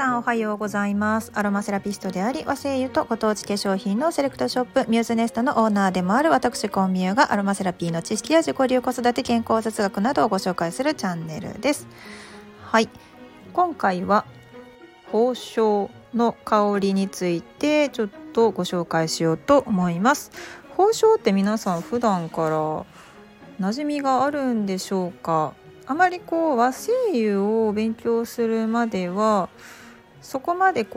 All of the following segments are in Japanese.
さんおはようございます。アロマセラピストであり和製油とご当地化粧品のセレクトショップミューズネストのオーナーでもある私コンミューがアロマセラピーの知識や自己流子育て健康雑学などをご紹介するチャンネルです。はい、今回は芳樟の香りについてちょっとご紹介しようと思います。芳樟って皆さん普段から馴染みがあるんでしょうか。あまり和精油を勉強するまではそこまで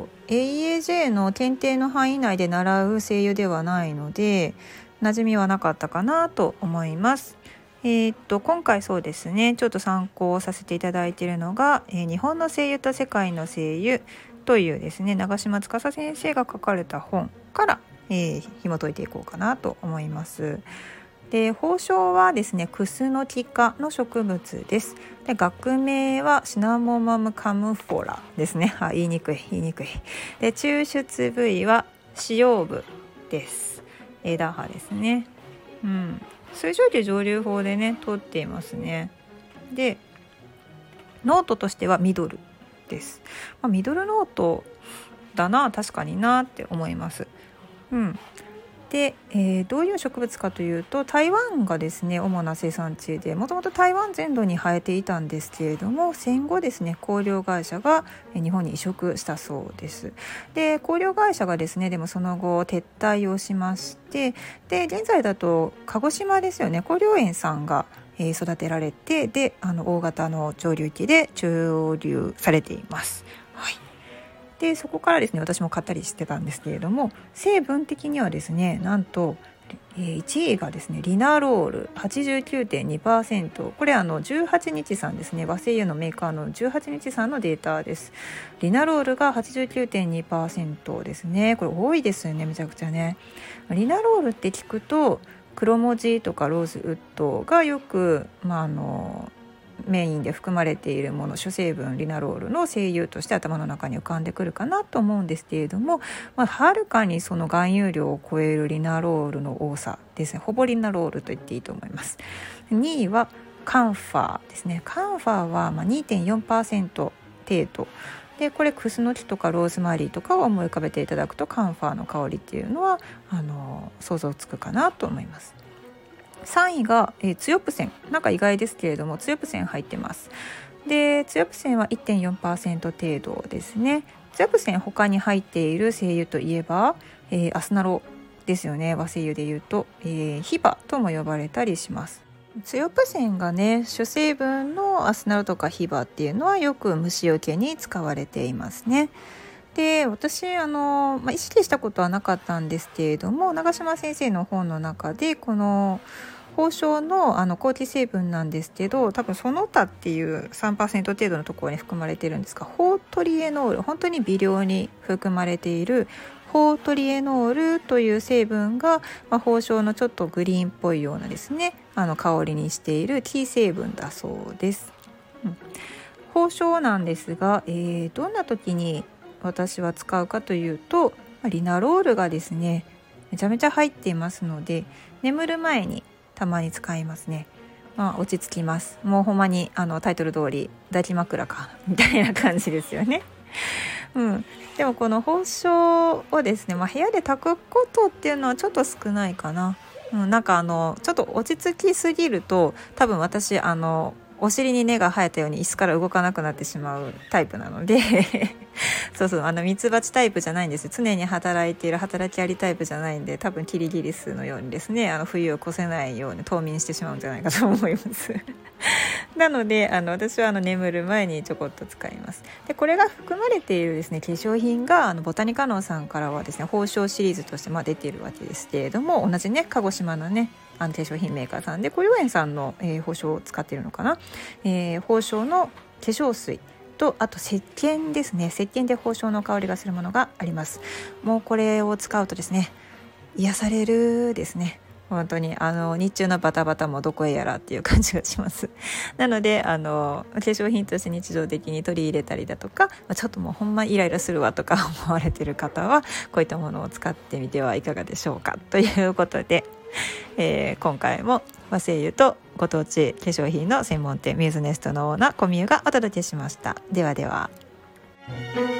AEAJ の検定の範囲内で習う精油ではないので馴染みはなかったかなと思います。今回そうですね、ちょっと参考させていただいているのが、日本の精油と世界の精油というですね、長嶋司先生が書かれた本から、紐解いていこうかなと思います。で、芳樟はですね、クスノキ科の植物です。で、学名はシナモマムカムフォラですね。言いにくい。で、抽出部位は枝葉部です。枝葉ですね。水蒸気蒸留法でね取っていますね。で、ノートとしてはミドルです。ミドルノートだな、確かになって思います。で、どういう植物かというと、台湾がですね主な生産地で、もともと台湾全土に生えていたんですけれども、戦後ですね香料会社が日本に移植したそうです。で、香料会社がですねでもその後撤退をしまして、で現在だと鹿児島ですよね、香料園さんが育てられて、で大型の蒸留機で蒸留されています。でそこからですね私も買ったりしてたんですけれども、成分的にはですねなんと1位がですねリナロール 89.2%、 これ18日さんですね、和製油のメーカーの18日さんのデータです。リナロールが 89.2% ですね。これ多いですよね、めちゃくちゃね。リナロールって聞くと黒文字とかローズウッドがよくメインで含まれているもの、主成分リナロールの精油として頭の中に浮かんでくるかなと思うんですけれども、はるかにその含有量を超えるリナロールの多さですね。ほぼリナロールと言っていいと思います。2位はカンファーですね。カンファーは2.4% 程度で、これクスノキとかローズマリーとかを思い浮かべていただくと、カンファーの香りっていうのは想像つくかなと思います。3位が、ツヨプセン、なんか意外ですけれどもツヨプセン入ってます。で、ツヨプセンは 1.4% 程度ですね。ツヨプセン他に入っている精油といえば、アスナロですよね。和精油でいうと、ヒバとも呼ばれたりします。ツヨプセンがね主成分のアスナロとかヒバっていうのはよく虫除けに使われていますね。で、私意識したことはなかったんですけれども、長嶋先生の本の中でこの芳樟の抗菌成分なんですけど、多分その他っていう 3% 程度のところに含まれているんですが、ホートリエノール、本当に微量に含まれているホートリエノールという成分が、芳樟のちょっとグリーンっぽいようなですね香りにしているキー成分だそうです。芳樟なんですが、どんな時に私は使うかというと、リナロールがですねめちゃめちゃ入っていますので、眠る前にたまに使いますね。落ち着きます。もうほんまにタイトル通り抱き枕かみたいな感じですよね。でもこの芳樟をですね、部屋で炊くことっていうのはちょっと少ないかな。なんかちょっと落ち着きすぎると、多分私お尻に根が生えたように椅子から動かなくなってしまうタイプなのでミツバチタイプじゃないんです。常に働いている働きありタイプじゃないんで、多分キリギリスのようにですね冬を越せないように冬眠してしまうんじゃないかと思いますなので私は眠る前にちょこっと使います。で、これが含まれているですね化粧品がボタニカノンさんからはですね芳樟シリーズとして出ているわけですけれども、同じね鹿児島のね化粧品メーカーさんで香料園さんの、芳樟を使っているのかな。芳樟の化粧水と、あと石鹸ですね。石鹸で芳樟の香りがするものがあります。もうこれを使うとですね癒されるですね。本当に日中のバタバタもどこへやらっていう感じがしますなので化粧品として日常的に取り入れたりだとか、ちょっともうほんまイライラするわとか思われている方はこういったものを使ってみてはいかがでしょうかということで、今回も和製油とご当地化粧品の専門店ミューズネストのオーナーコミューがお届けしました。ではでは。 す。